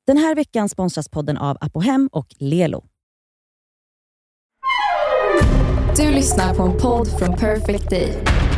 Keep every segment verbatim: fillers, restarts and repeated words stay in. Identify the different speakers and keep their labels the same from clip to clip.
Speaker 1: Den här veckan sponsras podden av Apohem och Lelo.
Speaker 2: Du lyssnar på en podd från Perfect Day.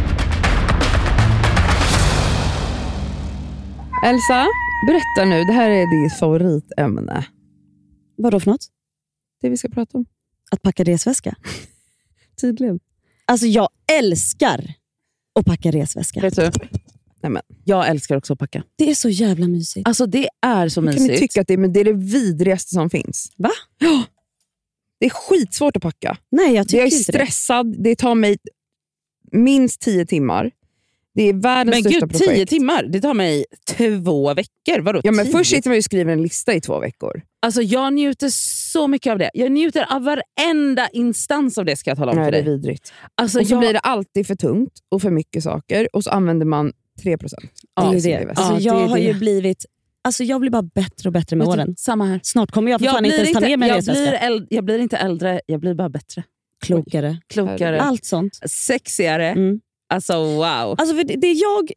Speaker 3: Elsa, berätta nu. Det här är ditt favoritämne.
Speaker 1: Vadå för något?
Speaker 3: Det vi ska prata om.
Speaker 1: Att packa resväska.
Speaker 3: Tydligen.
Speaker 1: Alltså jag älskar att packa resväska.
Speaker 3: Vet du? Nej, men. Jag älskar också att packa.
Speaker 1: Det är så jävla mysigt.
Speaker 3: Alltså det är så mysigt. Kan ni tycka att det, men det är det vidrigaste som finns?
Speaker 1: Va?
Speaker 3: Ja. Det är skitsvårt att packa.
Speaker 1: Nej, jag tycker
Speaker 3: jag är
Speaker 1: inte
Speaker 3: stressad. Det. det tar mig minst tio timmar. Det är världens
Speaker 4: men
Speaker 3: största
Speaker 4: gud,
Speaker 3: projekt.
Speaker 4: tio timmar? Det tar mig två veckor. Vadå,
Speaker 3: ja, men
Speaker 4: tio?
Speaker 3: först sitter man ju och skriver en lista i två veckor.
Speaker 4: Alltså jag njuter så mycket av det. Jag njuter av varenda instans av det, ska jag tala om
Speaker 3: Nej,
Speaker 4: för
Speaker 3: dig.
Speaker 4: dig.
Speaker 3: Det är vidrigt.
Speaker 4: Alltså
Speaker 3: och så
Speaker 4: jag...
Speaker 3: blir det alltid för tungt och för mycket saker. Och så använder man tre procent.
Speaker 1: Ja, det är det. Alltså,
Speaker 4: ja,
Speaker 1: jag
Speaker 4: det är
Speaker 1: har
Speaker 4: det.
Speaker 1: ju blivit... Alltså jag blir bara bättre och bättre med
Speaker 4: Vet du,
Speaker 1: åren.
Speaker 4: Samma här.
Speaker 1: Snart kommer jag för
Speaker 4: Jag
Speaker 1: fan inte
Speaker 4: blir
Speaker 1: ens ta
Speaker 4: inte,
Speaker 1: med mig en
Speaker 4: jag, blir
Speaker 1: resväska.
Speaker 4: äldre, jag blir inte äldre, jag blir bara bättre.
Speaker 1: Klokare.
Speaker 4: Klokare.
Speaker 1: Allt sånt.
Speaker 4: Sexigare.
Speaker 1: Mm.
Speaker 4: Alltså wow.
Speaker 1: Alltså för det, det är jag...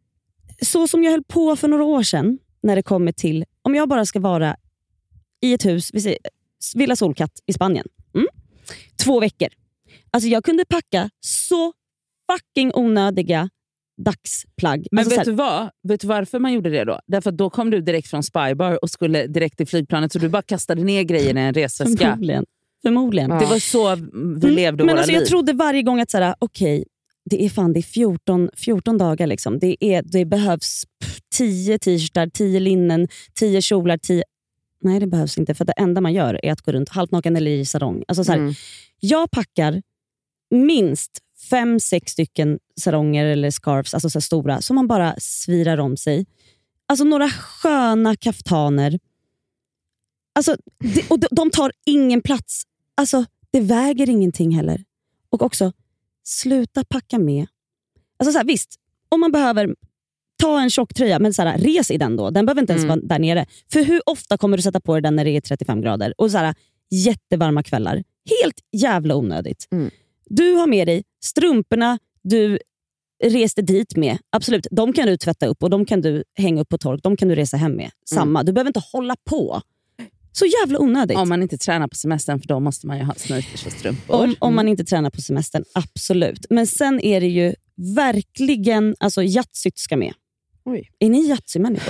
Speaker 1: Så som jag höll på för några år sedan när det kommer till... Om jag bara ska vara i ett hus, vi säger, Villa Solkatt i Spanien. Mm? Två veckor. Alltså jag kunde packa så fucking onödiga dagsplagg.
Speaker 4: Men
Speaker 1: alltså
Speaker 4: vet
Speaker 1: så
Speaker 4: du vad? Vet du varför man gjorde det då? Därför att då kom du direkt från Spybar och skulle direkt till flygplanet, så du bara kastade ner grejerna i en resväska.
Speaker 1: Förmodligen. Förmodligen.
Speaker 4: Ja. Det var så vi levde
Speaker 1: mm,
Speaker 4: våra
Speaker 1: men alltså,
Speaker 4: liv.
Speaker 1: jag trodde varje gång att såhär, okej, okay, det är fan det är fjorton, fjorton dagar liksom. Det, är, det behövs tio t-shirtar, tio linnen, tio kjolar, tio... Nej, det behövs inte, för det enda man gör är att gå runt halvnaken eller i sarong. Alltså så här,
Speaker 3: Mm.
Speaker 1: jag packar minst fem, sex stycken saronger eller scarves, alltså så här stora, som man bara svirar om sig. Alltså några sköna kaftaner. Alltså, det, och de, de tar ingen plats. Alltså, det väger ingenting heller. Och också, sluta packa med. Alltså så här, visst, om man behöver ta en tjocktröja, men så här, res i den då. Den behöver inte ens
Speaker 3: Mm.
Speaker 1: vara där nere. För hur ofta kommer du sätta på dig den när det är trettiofem grader? Och så här, jättevarma kvällar. Helt jävla onödigt.
Speaker 3: Mm.
Speaker 1: Du har med dig strumporna du reste dit med. Absolut, de kan du tvätta upp och de kan du hänga upp på tork. De kan du resa hem med. Samma, du behöver inte hålla på. Så jävla onödigt.
Speaker 4: Om man inte tränar på semestern, för då måste man ju ha sneakers och strumpor.
Speaker 1: Om, om man inte tränar på semestern, absolut. Men sen är det ju verkligen, alltså Yatzyt ska med.
Speaker 3: Oj.
Speaker 1: Är ni Yatzy-människor?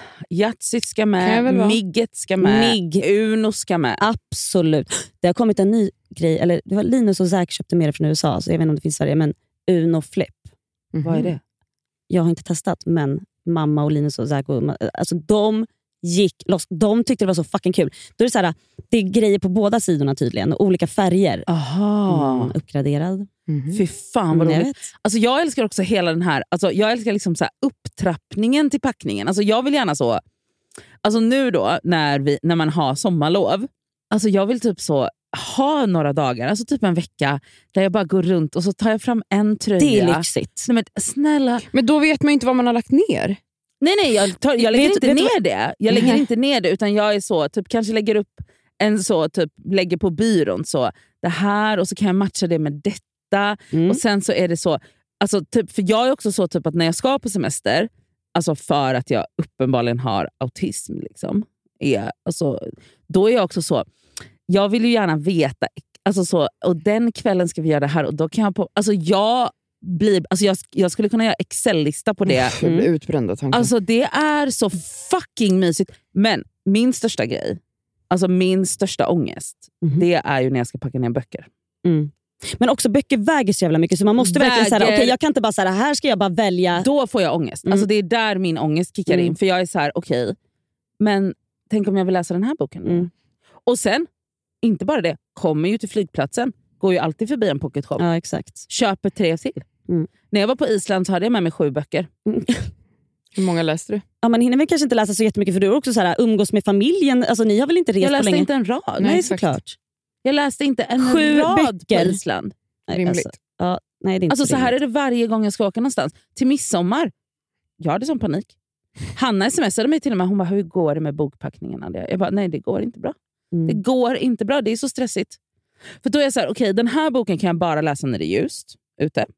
Speaker 4: Yatzyt ska
Speaker 3: Kan jag väl
Speaker 4: med,
Speaker 3: vara?
Speaker 4: Migget ska med,
Speaker 1: Mig.
Speaker 4: Uno ska med.
Speaker 1: Absolut. Det har kommit en ny grej, eller det var Linus och Zack köpte med det från U S A, så jag vet inte om det finns i Sverige, men Uno Flip.
Speaker 3: Mhm.
Speaker 4: Vad är det?
Speaker 1: Jag har inte testat, men mamma och Linus och Zack, och, alltså de gick loss. De tyckte det var så fucking kul. Då är det så här, det är grejer på båda sidorna tydligen, och olika färger.
Speaker 4: Aha.
Speaker 1: Mm, uppgraderad.
Speaker 3: Mhm.
Speaker 4: Fy fan vad
Speaker 1: Mm, jag
Speaker 4: roligt.
Speaker 1: vet.
Speaker 4: Alltså jag älskar också hela den här, alltså jag älskar liksom så här upptrappningen till packningen. Alltså jag vill gärna så, alltså nu då när, vi, när man har sommarlov, alltså jag vill typ så ha några dagar, alltså typ en vecka där jag bara går runt och så tar jag fram en tröja.
Speaker 1: Det är lyxigt.
Speaker 4: Nej, men snälla.
Speaker 3: Men då vet man ju inte vad man har lagt ner.
Speaker 4: Nej nej, jag, tar, jag lägger
Speaker 1: Vet-
Speaker 4: inte
Speaker 1: vet du
Speaker 4: ner det. Jag lägger
Speaker 3: Nej.
Speaker 4: inte ner det, utan jag är så typ kanske lägger upp en så typ lägger på byrån så det här, och så kan jag matcha det med detta.
Speaker 1: Mm.
Speaker 4: Och sen så är det så, alltså typ, för jag är också så typ att när jag ska på semester, alltså för att jag uppenbarligen har autism liksom, är, alltså, då är jag också så, jag vill ju gärna veta, alltså så, och den kvällen ska vi göra det här, och då kan jag på, alltså jag blir, alltså jag, jag skulle kunna göra Excel-lista på det.
Speaker 3: Jag blir utbränd av tanken.
Speaker 4: Alltså det är så fucking mysigt. Men min största grej, alltså min största ångest,
Speaker 1: Mhm.
Speaker 4: det är ju när jag ska packa ner böcker.
Speaker 1: Mm. Men också böcker väger så jävla mycket, så man måste verkligen säga,
Speaker 4: Väger-
Speaker 1: okej, jag kan inte bara säga här ska jag bara välja.
Speaker 4: Då får jag ångest.
Speaker 1: Mm.
Speaker 4: Alltså det är där min ångest kickar
Speaker 1: Mm.
Speaker 4: in. För jag är så här, okej, men tänk om jag vill läsa den här boken.
Speaker 1: Mm.
Speaker 4: Och sen, inte bara det, kommer ju till flygplatsen, går ju alltid förbi en pocket shop.
Speaker 1: Ja, exakt.
Speaker 4: Köper tre till.
Speaker 1: Mm.
Speaker 4: När jag var på Island så hade jag med mig sju böcker.
Speaker 1: Mm.
Speaker 3: Hur många läste du?
Speaker 1: Ja, man hinner väl kanske inte läsa så jättemycket, för du är också så här, umgås med familjen. Alltså ni har väl inte rest
Speaker 4: Jag
Speaker 1: på
Speaker 4: läste
Speaker 1: länge?
Speaker 4: inte en rad.
Speaker 1: Nej,
Speaker 3: Nej, exakt.
Speaker 1: såklart.
Speaker 4: Jag läste inte en
Speaker 1: Sju
Speaker 4: rad
Speaker 1: böcker.
Speaker 4: på Island.
Speaker 1: Nej,
Speaker 3: Rimligt.
Speaker 1: Alltså, ja, nej, det är inte
Speaker 4: Alltså så här är
Speaker 1: rimligt.
Speaker 4: det varje gång jag ska åka någonstans. Till midsommar. Jag hade sån panik. Hanna smsade mig till och med. Hon bara, hur går det med bokpackningarna? Jag bara, nej det går inte bra.
Speaker 1: Mm.
Speaker 4: Det går inte bra, det är så stressigt. För då är jag så här, okej, den här boken kan jag bara läsa när det är ljust ute.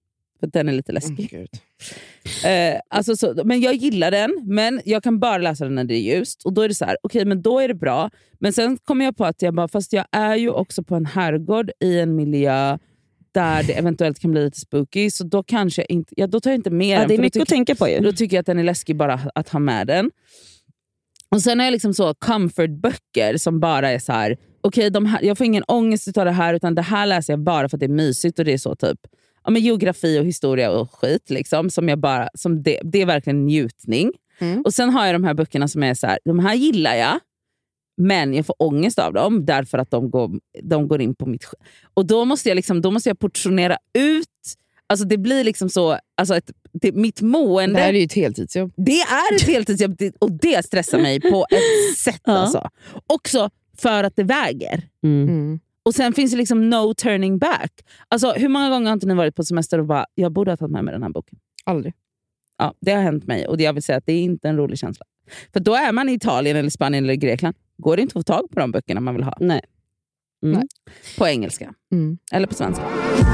Speaker 4: För den är lite läskig.
Speaker 3: Mm,
Speaker 4: Eh, alltså så, men jag gillar den, men jag kan bara läsa den när det är ljust. Och då är det så här, okej, okay, men då är det bra. Men sen kommer jag på att jag bara, fast jag är ju också på en herrgård i en miljö där det eventuellt kan bli lite spooky. Så då kanske jag inte, ja, då tar jag inte med
Speaker 1: ja,
Speaker 4: den.
Speaker 1: Det är mycket
Speaker 4: tycker,
Speaker 1: att tänka på ju.
Speaker 4: Då tycker jag att den är läskig bara att ha med den. Och sen är jag liksom så comfortböcker som bara är så här, okej, okay, jag får ingen ångest av det här, utan det här läser jag bara för att det är mysigt och det är så typ ja, men geografi och historia och skit liksom, som jag bara som det, det är verkligen njutning. Mm. Och sen har jag de här böckerna som är så här, de här gillar jag, men jag får ångest av dem därför att de går, de går in på mitt. Och då måste jag liksom, då måste jag portionera ut. Alltså det blir liksom så, alltså ett, det, mitt mående.
Speaker 3: Det här är ju ett heltidsjobb.
Speaker 4: Det är ett heltidsjobb och det stressar mig på ett sätt. Ja. Alltså. Också för att det väger.
Speaker 1: Mm.
Speaker 3: Mm.
Speaker 4: Och sen finns det liksom no turning back. Alltså hur många gånger har inte ni varit på semester och bara, jag borde ha tagit med mig den här boken?
Speaker 3: Aldrig.
Speaker 4: Ja, det har hänt mig och jag vill säga att det är inte en rolig känsla. För då är man i Italien eller Spanien eller Grekland. Går det inte att få tag på de böckerna man vill ha?
Speaker 1: Nej.
Speaker 4: Mm. Nej. På engelska.
Speaker 3: Mm.
Speaker 4: Eller på svenska.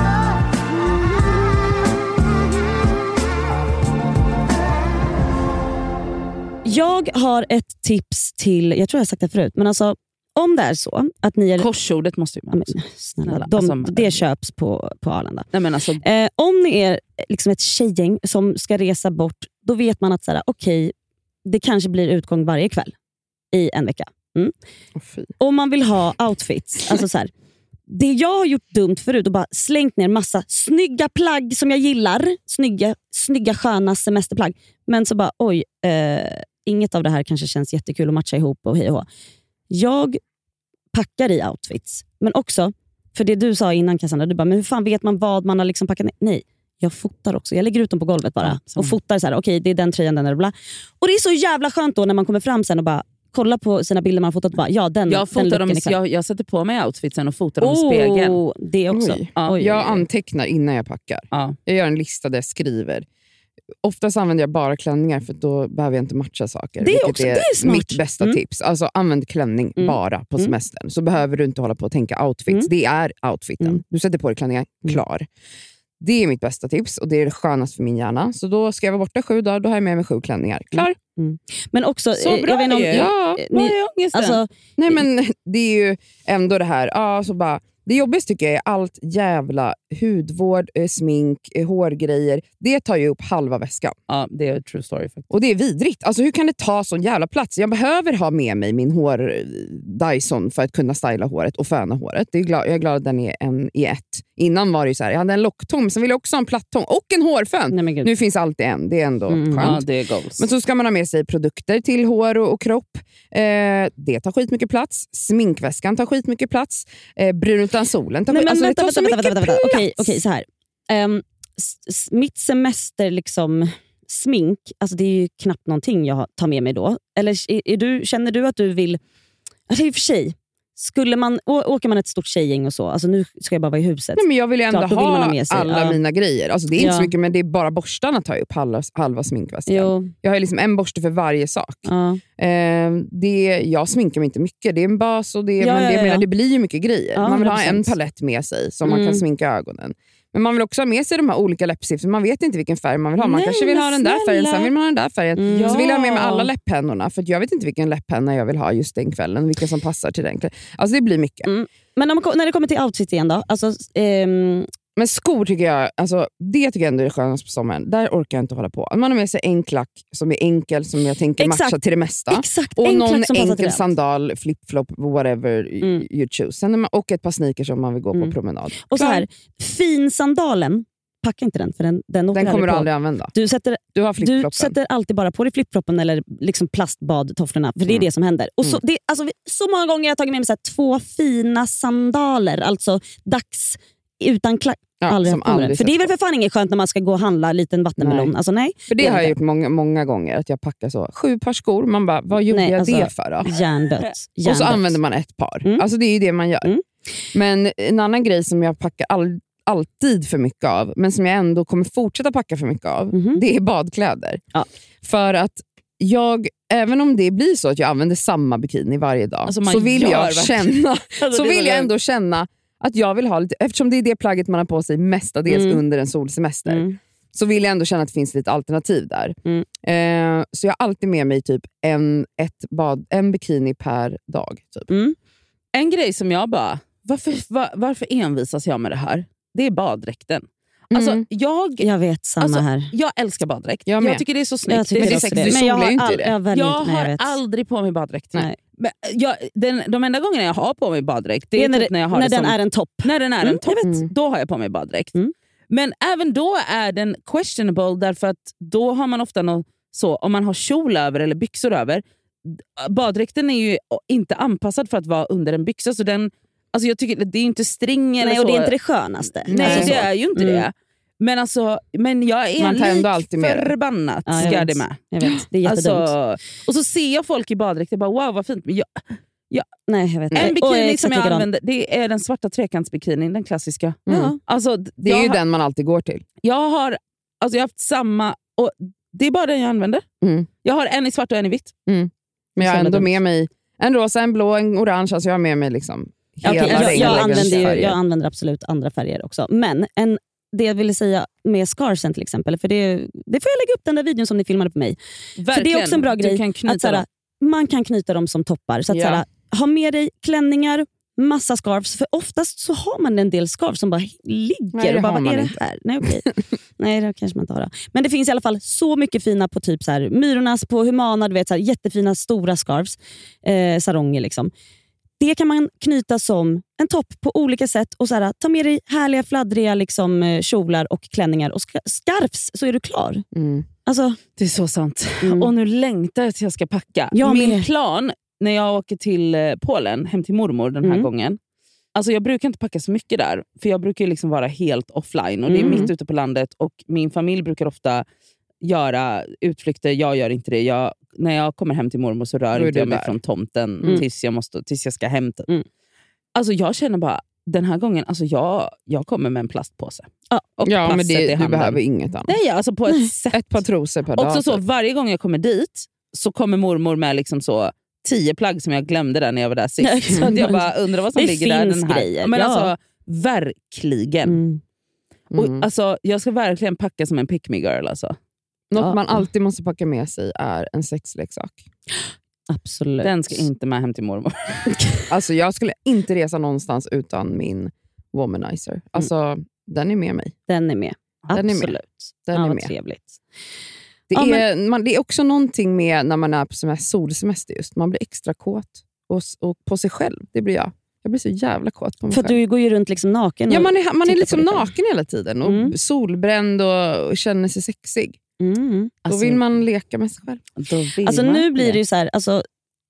Speaker 1: Jag har ett tips till, jag tror jag har sagt det förut, men alltså om det är så att ni är...
Speaker 4: Korsordet måste ju vara.
Speaker 1: Ja, snälla, de,
Speaker 4: alltså,
Speaker 1: det köps på, på Arlanda.
Speaker 4: Nej, men alltså,
Speaker 1: eh, om ni är liksom ett tjejgäng som ska resa bort, då vet man att så här, okej, det kanske blir utgång varje kväll i en vecka. Mm.
Speaker 3: Oh,
Speaker 1: om man vill ha outfits, alltså så här, det jag har gjort dumt förut och bara slängt ner massa snygga plagg som jag gillar, snygga, snygga sköna semesterplagg, men så bara oj, eh, inget av det här kanske känns jättekul att matcha ihop och hej och hå. Jag packar i outfits, men också för det du sa innan, Cassandra, du bara, men hur fan vet man vad man har liksom packat ner? Nej, jag fotar också. Jag lägger ut dem på golvet bara ja, och fotar så här, okej, okay, det är den tröjan, den är bla. Och det är så jävla skönt då när man kommer fram sen och bara kolla på sina bilder man har fotat och bara, ja den,
Speaker 4: jag, fotar
Speaker 1: den
Speaker 4: dem, jag, jag sätter på mig outfitsen och fotar dem
Speaker 1: oh,
Speaker 4: i spegeln.
Speaker 1: Det också.
Speaker 3: Oj.
Speaker 4: Ja.
Speaker 3: Oj. Jag antecknar innan jag packar.
Speaker 4: Ja.
Speaker 3: Jag gör en lista där jag skriver. Oftast använder jag bara klänningar för då behöver jag inte matcha saker.
Speaker 1: Det är, också,
Speaker 3: är,
Speaker 1: det är smart.
Speaker 3: mitt bästa
Speaker 1: mm.
Speaker 3: tips. Alltså använd klänning
Speaker 1: mm.
Speaker 3: bara på
Speaker 1: mm.
Speaker 3: semestern. Så behöver du inte hålla på och tänka outfits.
Speaker 1: Mm.
Speaker 3: Det är outfiten. Mm. Du sätter på dig klänningar,
Speaker 1: mm.
Speaker 3: klar. Det är mitt bästa tips och det är det skönaste för min hjärna. Så då ska jag vara borta sju dagar, då har jag med mig sju klänningar. Klar.
Speaker 1: Mm. Men också,
Speaker 4: så bra
Speaker 1: jag vet inte,
Speaker 3: ja,
Speaker 1: ni, ni, alltså,
Speaker 3: nej men det är ju ändå det här, ja, så bara, det jobbigaste tycker jag är allt jävla hudvård, smink, hårgrejer. Det tar ju upp halva väskan.
Speaker 4: Ja, det är en true story faktiskt.
Speaker 3: Och det är vidrigt. Alltså hur kan det ta sån jävla plats? Jag behöver ha med mig min hår Dyson för att kunna styla håret och föna håret. Det är glad, jag är glad att den är en i ett. Innan var det ju så här, jag hade en locktång, sen ville jag också ha en plattång och en hårfön. Nej, nu finns alltid en, det är ändå
Speaker 1: mm,
Speaker 3: skönt.
Speaker 4: Ja, det är goals.
Speaker 3: Men så ska man ha med sig produkter till hår och, och kropp. Eh, det tar skitmycket plats. Sminkväskan tar skitmycket plats. Eh, brun utan solen tar,
Speaker 1: Nej, men
Speaker 3: alltså,
Speaker 1: vänta,
Speaker 3: det tar
Speaker 1: vänta,
Speaker 3: så
Speaker 1: vänta,
Speaker 3: mycket
Speaker 1: vänta, vänta.
Speaker 3: plats.
Speaker 1: Okej, okej, så här. Um, s- s- mitt semester liksom smink, alltså det är ju knappt någonting jag tar med mig då. Eller är, är du, känner du att du vill, alltså i och för sig, skulle man, å, åker man ett stort tjejgäng och så, alltså nu ska jag bara vara i huset.
Speaker 3: Nej, men jag vill ju ändå
Speaker 1: Klart, ha,
Speaker 3: ha
Speaker 1: med sig.
Speaker 3: alla
Speaker 1: ja.
Speaker 3: mina grejer. Alltså det är inte
Speaker 1: ja.
Speaker 3: så mycket, men det är bara borstarna tar upp halva, halva sminkväskan.
Speaker 1: Jo.
Speaker 3: Jag har liksom en borste för varje sak.
Speaker 1: Ja.
Speaker 3: Eh, det, jag sminkar mig inte mycket. Det är en bas och det,
Speaker 1: Ja,
Speaker 3: men det,
Speaker 1: ja, ja.
Speaker 3: menar, det blir ju mycket grejer.
Speaker 1: Ja,
Speaker 3: man vill ha
Speaker 1: hundra procent.
Speaker 3: en palett med sig som
Speaker 1: Mm.
Speaker 3: man kan sminka ögonen. Men man vill också ha med sig de här olika läppstiften. Man vet inte vilken färg man vill ha. Man
Speaker 1: Nej,
Speaker 3: kanske vill ha den där färgen,
Speaker 4: snälla.
Speaker 3: sen vill man ha den där färgen.
Speaker 1: Mm.
Speaker 3: Så vill jag ha med mig
Speaker 4: Ja.
Speaker 3: alla läpppennorna. För jag vet inte vilken läpppenna jag vill ha just den kvällen. Vilka som passar till den kvällen. Alltså det blir mycket.
Speaker 1: Mm. Men om man, när det kommer till outfit igen då? Alltså, ehm,
Speaker 3: Men skor tycker jag, alltså, det tycker jag ändå är skönast på sommaren. Där orkar jag inte hålla på. Man har med sig en klack som är enkel, som jag tänker
Speaker 1: Exakt.
Speaker 3: matcha till det mesta.
Speaker 1: exakt,
Speaker 3: Och
Speaker 1: en
Speaker 3: någon
Speaker 1: klack som passar till
Speaker 3: enkel
Speaker 1: allt.
Speaker 3: sandal, flip-flop, whatever
Speaker 1: Mm.
Speaker 3: you choose. Sen är man, och ett par sneakers om man vill gå
Speaker 1: Mm.
Speaker 3: på promenad.
Speaker 1: Och så
Speaker 3: Klar.
Speaker 1: här, fin-sandalen, packa inte den för den, den åker
Speaker 3: Den kommer du
Speaker 1: på.
Speaker 3: aldrig använda.
Speaker 1: Du sätter,
Speaker 3: Du har
Speaker 1: du
Speaker 3: flip-floppen.
Speaker 1: sätter alltid bara på dig flipfloppen eller liksom plastbadtofflorna, för det är
Speaker 3: Mm.
Speaker 1: det som händer. Och så,
Speaker 3: Mm.
Speaker 1: det, alltså, så många gånger jag har tagit med mig så här, två fina sandaler, alltså dags utan klack.
Speaker 3: Ja,
Speaker 1: aldrig
Speaker 3: som
Speaker 1: haft på mig den.
Speaker 3: aldrig
Speaker 1: För det är väl
Speaker 3: sätts
Speaker 1: för fan inget skönt när man ska gå och handla en liten vattenmelon.
Speaker 3: Nej.
Speaker 1: Alltså, nej,
Speaker 3: För det
Speaker 1: är
Speaker 3: har jag
Speaker 1: inte.
Speaker 3: gjort många, många gånger. Att jag packar så sju par skor. Man bara, vad gjorde
Speaker 1: Nej,
Speaker 3: jag
Speaker 1: alltså,
Speaker 3: det för då?
Speaker 1: Hjärndött.
Speaker 3: Och så
Speaker 1: Hjärndött.
Speaker 3: använder man ett par.
Speaker 1: Mm.
Speaker 3: Alltså det är ju det man gör.
Speaker 1: Mm.
Speaker 3: Men en annan grej som jag packar all, alltid för mycket av, men som jag ändå kommer fortsätta packa för mycket av,
Speaker 1: Mhm.
Speaker 3: det är badkläder.
Speaker 1: Ja.
Speaker 3: För att jag, även om det blir så att jag använder samma bikini varje dag,
Speaker 4: Alltså, man
Speaker 3: så vill
Speaker 4: gör
Speaker 3: jag
Speaker 4: verkligen.
Speaker 3: känna
Speaker 4: Alltså,
Speaker 3: så
Speaker 4: det är
Speaker 3: vill
Speaker 4: så
Speaker 3: jag
Speaker 4: jag-
Speaker 3: ändå känna att jag vill ha lite, eftersom det är det plagget man har på sig mestadels mm. under en solsemester. Mm. Så vill jag ändå känna att det finns lite alternativ där. Mm. Eh, så jag har alltid med mig typ en, ett bad, en bikini per dag. Typ.
Speaker 4: Mm. En grej som jag bara, varför, var, varför envisas jag med det här? Det är baddräkten. Alltså,
Speaker 1: mm.
Speaker 4: jag,
Speaker 1: jag vet samma
Speaker 4: alltså,
Speaker 1: här.
Speaker 4: Jag älskar baddräkt.
Speaker 3: Jag,
Speaker 4: jag tycker det är så snyggt.
Speaker 3: Men det är sexigt. Men jag har,
Speaker 1: inte
Speaker 3: all,
Speaker 1: det. jag,
Speaker 4: jag
Speaker 1: inte,
Speaker 4: har
Speaker 1: jag
Speaker 4: aldrig på mig baddräkt. Nej. Men jag, den, de enda gångerna jag har på mig baddräkt, det är,
Speaker 1: det är när,
Speaker 4: typ när, jag har
Speaker 1: när
Speaker 4: det
Speaker 1: den
Speaker 4: som,
Speaker 1: är en topp.
Speaker 4: När den är
Speaker 1: mm,
Speaker 4: en topp,
Speaker 1: mm.
Speaker 4: då har jag på mig baddräkt.
Speaker 1: Mm.
Speaker 4: Men även då är den questionable, därför att då har man ofta något så, om man har kjol över eller byxor över. Baddräkten är ju inte anpassad för att vara under en byxa, så den, alltså jag tycker det är inte string eller
Speaker 1: Nej,
Speaker 4: så.
Speaker 1: och det är inte det skönaste.
Speaker 4: Nej,
Speaker 1: alltså
Speaker 4: det är ju inte
Speaker 1: mm.
Speaker 4: det. Men alltså, men jag är
Speaker 3: man tar ändå alltid med
Speaker 4: förbannat
Speaker 1: ja,
Speaker 4: ska det med.
Speaker 1: Jag vet, det är jättedumt.
Speaker 4: Alltså, och så ser jag folk i baddräkt och bara wow vad fint. Men jag, jag,
Speaker 1: Nej, jag vet
Speaker 4: en
Speaker 1: inte.
Speaker 4: bikini
Speaker 1: jag
Speaker 4: som jag
Speaker 1: likadant.
Speaker 4: använder, det är den svarta trekantsbikinin, den klassiska.
Speaker 3: Mm.
Speaker 4: Ja. Alltså,
Speaker 3: det är ju
Speaker 4: har,
Speaker 3: den man alltid går till.
Speaker 4: Jag har, alltså jag har haft samma, och det är bara den jag använder.
Speaker 3: Mm.
Speaker 4: Jag har en i svart och en i vitt.
Speaker 3: Mm. Men jag har ändå med mig en rosa, en blå, en orange. Alltså jag har med mig liksom hela
Speaker 1: okay, jag, jag, använder ju,
Speaker 3: jag
Speaker 1: använder absolut andra färger också. Men en, det jag ville säga med scarsen till exempel, för det, det får jag lägga upp den där videon som ni filmade på mig.
Speaker 4: Verkligen.
Speaker 1: För det är också en bra grej.
Speaker 4: Kan
Speaker 1: att, såhär, man kan knyta dem som toppar. Så att,
Speaker 3: ja.
Speaker 1: såhär, ha med dig klänningar, massa scarves. För oftast så har man en del scarves som bara ligger.
Speaker 3: Nej,
Speaker 1: och bara, vad är det
Speaker 3: inte.
Speaker 1: här? Nej, okej. Nej, det kanske man inte har. Då. Men det finns i alla fall så mycket fina på typ såhär, Myrornas, på Humana, du vet, såhär, jättefina stora scarves. Eh, saronger liksom. Det kan man knyta som en topp på olika sätt och så här, ta med dig härliga fladdriga liksom, kjolar och klänningar och scarfs, så är du klar.
Speaker 3: Mm.
Speaker 1: Alltså,
Speaker 4: det är så sant.
Speaker 1: Mm.
Speaker 4: Och nu längtar jag till jag ska packa.
Speaker 1: Jag
Speaker 4: Min
Speaker 1: med.
Speaker 4: plan när jag åker till Polen, hem till mormor den här
Speaker 1: Mm.
Speaker 4: gången. Alltså jag brukar inte packa så mycket där, för jag brukar liksom vara helt offline och det är
Speaker 1: Mm.
Speaker 4: mitt ute på landet och min familj brukar ofta göra utflykter. Jag gör inte det. Jag, när jag kommer hem till mormor så rör inte jag mig där från tomten
Speaker 1: Mm.
Speaker 4: tills, jag måste, tills jag ska hämta.
Speaker 1: Mm.
Speaker 4: Alltså jag känner bara, den här gången, alltså jag, jag kommer med en plastpåse.
Speaker 1: Ja,
Speaker 4: och
Speaker 3: ja men det,
Speaker 4: i
Speaker 3: du
Speaker 4: handen.
Speaker 3: behöver inget annat.
Speaker 4: Nej, alltså på ett sätt.
Speaker 3: Ett par trosor per dag.
Speaker 4: Också så, varje gång jag kommer dit så kommer mormor med liksom så tio plagg som jag glömde där när jag var där sist.
Speaker 1: Ja,
Speaker 4: så att jag bara undrar vad som
Speaker 1: det
Speaker 4: ligger där.
Speaker 1: finns
Speaker 4: Den här.
Speaker 1: grejer,
Speaker 4: Men
Speaker 1: ja.
Speaker 4: alltså, verkligen.
Speaker 1: Mm.
Speaker 3: Mm.
Speaker 4: Och, alltså, jag ska verkligen packa som en pick me girl. Alltså.
Speaker 3: Något
Speaker 1: Ja.
Speaker 3: man alltid måste packa med sig är en sexleksak.
Speaker 1: Absolut.
Speaker 4: Den ska inte med hem till mormor.
Speaker 3: Alltså jag skulle inte resa någonstans utan min womanizer. Alltså
Speaker 1: Mm.
Speaker 3: den är med mig.
Speaker 1: Den är med.
Speaker 3: Den är med.
Speaker 1: Absolut.
Speaker 3: Den
Speaker 1: ja,
Speaker 3: är
Speaker 1: vad
Speaker 3: med.
Speaker 1: trevligt.
Speaker 3: Det,
Speaker 1: Ja,
Speaker 3: är, man, det är också någonting med när man är på semester, solsemester just. Man blir extra kåt. Och, och på sig själv. Det blir jag. Jag blir så jävla kåt på mig
Speaker 1: För att
Speaker 3: själv.
Speaker 1: du går ju runt liksom naken.
Speaker 3: Ja,
Speaker 1: och
Speaker 3: man är, man är
Speaker 1: tittar
Speaker 3: liksom
Speaker 1: på dig själv.
Speaker 3: naken hela tiden. Och
Speaker 1: Mm.
Speaker 3: solbränd och, och känner sig sexig.
Speaker 1: Mm.
Speaker 3: Då
Speaker 4: Alltså,
Speaker 3: vill man leka med sig själv.
Speaker 4: då vill
Speaker 1: Alltså
Speaker 4: man
Speaker 1: nu blir det ju så här, alltså,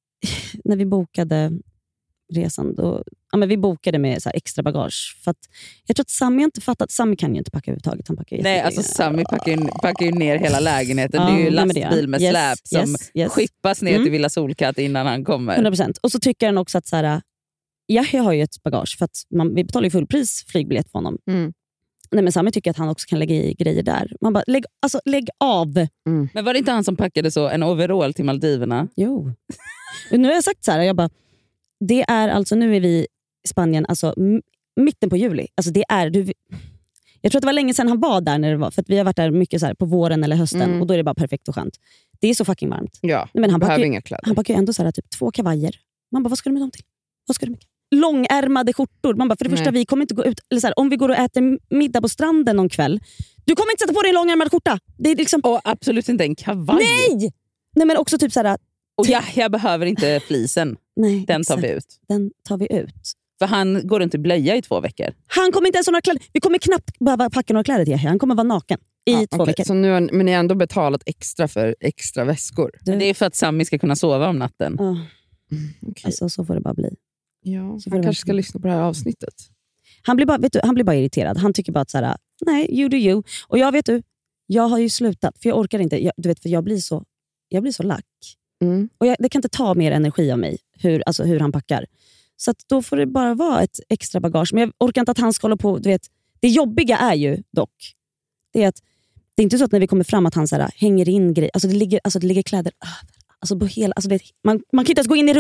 Speaker 1: när vi bokade resan, då, ja, men vi bokade med så här extra bagage. För att, jag tror att Sami inte fattat, Sami kan ju inte packa överhuvudtaget. Han packar
Speaker 4: Nej,
Speaker 1: jättemycket.
Speaker 4: alltså Sami packar ju, packar ju ner hela lägenheten.
Speaker 1: Ja,
Speaker 4: det är ju
Speaker 1: nej, men det
Speaker 4: lastbil
Speaker 1: är.
Speaker 4: med
Speaker 1: Yes,
Speaker 4: släp som
Speaker 1: yes, yes.
Speaker 4: skippas ner
Speaker 1: Mm.
Speaker 4: till Villa Solkatt innan han kommer.
Speaker 1: hundra procent. Och så tycker han också att så här, ja, jag har ju ett bagage för att man, vi betalar ju fullpris flygbiljett för honom.
Speaker 3: Mm.
Speaker 1: Nej, men Sami tycker att han också kan lägga i grejer där. Man bara, lägg, alltså, lägg av.
Speaker 4: Men var det inte han som packade så en overall till Maldiverna?
Speaker 1: Jo. Nu har jag sagt så här, jag bara, det är alltså, nu är vi i Spanien, alltså m- mitten på juli. Alltså det är, du, jag tror att det var länge sedan han var där, när det var, för att vi har varit där mycket så här på våren eller hösten
Speaker 3: Mm.
Speaker 1: och då är det bara perfekt och skönt. Det är så fucking varmt.
Speaker 3: Ja,
Speaker 1: Men han
Speaker 3: behöver
Speaker 1: packar,
Speaker 3: inga kläder.
Speaker 1: han packar ju ändå så här, typ två kavajer. Man bara, vad ska du med dem till? Vad ska du med? Långärmade skjortor. Man bara, för det första,
Speaker 3: Nej.
Speaker 1: vi kommer inte gå ut, eller så här, om vi går och äter middag på stranden någon kväll, du kommer inte sätta på dig en långärmad skjorta. Det är liksom,
Speaker 4: Och absolut inte en kavaj.
Speaker 1: nej! Nej, men också typ så här,
Speaker 4: Och ja, jag behöver inte flisen.
Speaker 1: nej,
Speaker 4: Den tar
Speaker 1: exakt.
Speaker 4: vi ut.
Speaker 1: Den tar vi ut.
Speaker 4: För han går runt i blöja i två veckor.
Speaker 1: Han kommer inte ens ha några kläder. Vi kommer knappt behöva packa några kläder till Yahya. Han kommer vara naken i
Speaker 3: Ja,
Speaker 1: två
Speaker 3: okej.
Speaker 1: veckor.
Speaker 3: Så nu har, men ni har ändå betalat extra för extra väskor.
Speaker 1: Du,
Speaker 4: Det är för att Sami ska kunna sova om natten.
Speaker 1: ja,
Speaker 3: Okay.
Speaker 1: alltså, så får det bara bli.
Speaker 3: Ja,
Speaker 1: så får
Speaker 3: man
Speaker 1: det
Speaker 3: kanske ska
Speaker 1: verkligen.
Speaker 3: lyssna på det här avsnittet.
Speaker 1: Han blir bara, vet du, han blir bara irriterad. Han tycker bara att så här, nej, you do you. Och jag vet du, jag har ju slutat. För jag orkar inte. Jag, du vet, för jag blir så, jag blir så lack.
Speaker 3: Mm.
Speaker 1: Och jag, det kan inte ta mer energi av mig. Hur, alltså, hur han packar. Så att då får det bara vara ett extra bagage. Men jag orkar inte att han ska hålla på. Du vet, det jobbiga är ju dock. Det är att det är inte så att när vi kommer fram att han så här, hänger in grejer. Alltså det ligger, alltså det ligger kläder över. Alltså på hela, alltså det, man, man kan inte ens gå in i rummet.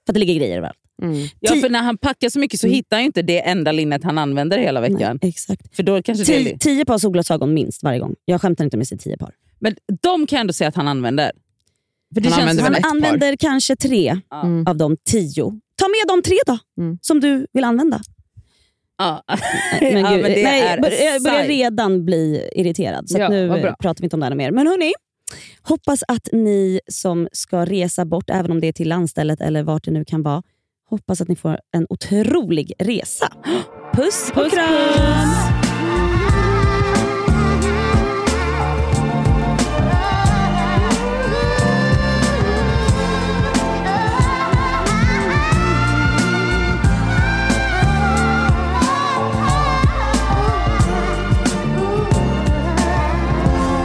Speaker 1: För att det ligger grejer överallt.
Speaker 3: Mm.
Speaker 4: Ja, för när han packar så mycket så mm. hittar han ju inte det enda linnet han använder hela veckan.
Speaker 1: Nej, exakt.
Speaker 4: För då kanske
Speaker 1: tio,
Speaker 4: det är...
Speaker 1: tio par solglasögon minst varje gång. Jag skämtar inte med sig tio par.
Speaker 4: Men de kan jag ändå säga att han använder. För det
Speaker 3: han
Speaker 4: känns
Speaker 3: använder,
Speaker 1: han
Speaker 3: ett
Speaker 1: använder
Speaker 3: par.
Speaker 1: kanske tre
Speaker 4: mm.
Speaker 1: av de tio. Ta med de tre då,
Speaker 3: mm.
Speaker 1: som du vill använda.
Speaker 4: Ja.
Speaker 1: Men,
Speaker 4: ja,
Speaker 1: gud,
Speaker 4: men det
Speaker 1: nej,
Speaker 4: är
Speaker 1: bör, jag börjar
Speaker 4: sajt.
Speaker 1: redan bli irriterad. Så
Speaker 3: Ja,
Speaker 1: att nu
Speaker 3: vad bra.
Speaker 1: pratar vi inte om det här mer. Men hörni, hoppas att ni som ska resa bort, även om det är till landstället eller vart det nu kan vara, hoppas att ni får en otrolig resa. Puss och
Speaker 4: Puss,
Speaker 1: kram!
Speaker 4: puss.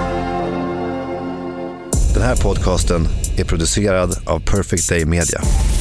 Speaker 5: Den här podcasten är producerad av Perfect Day Media.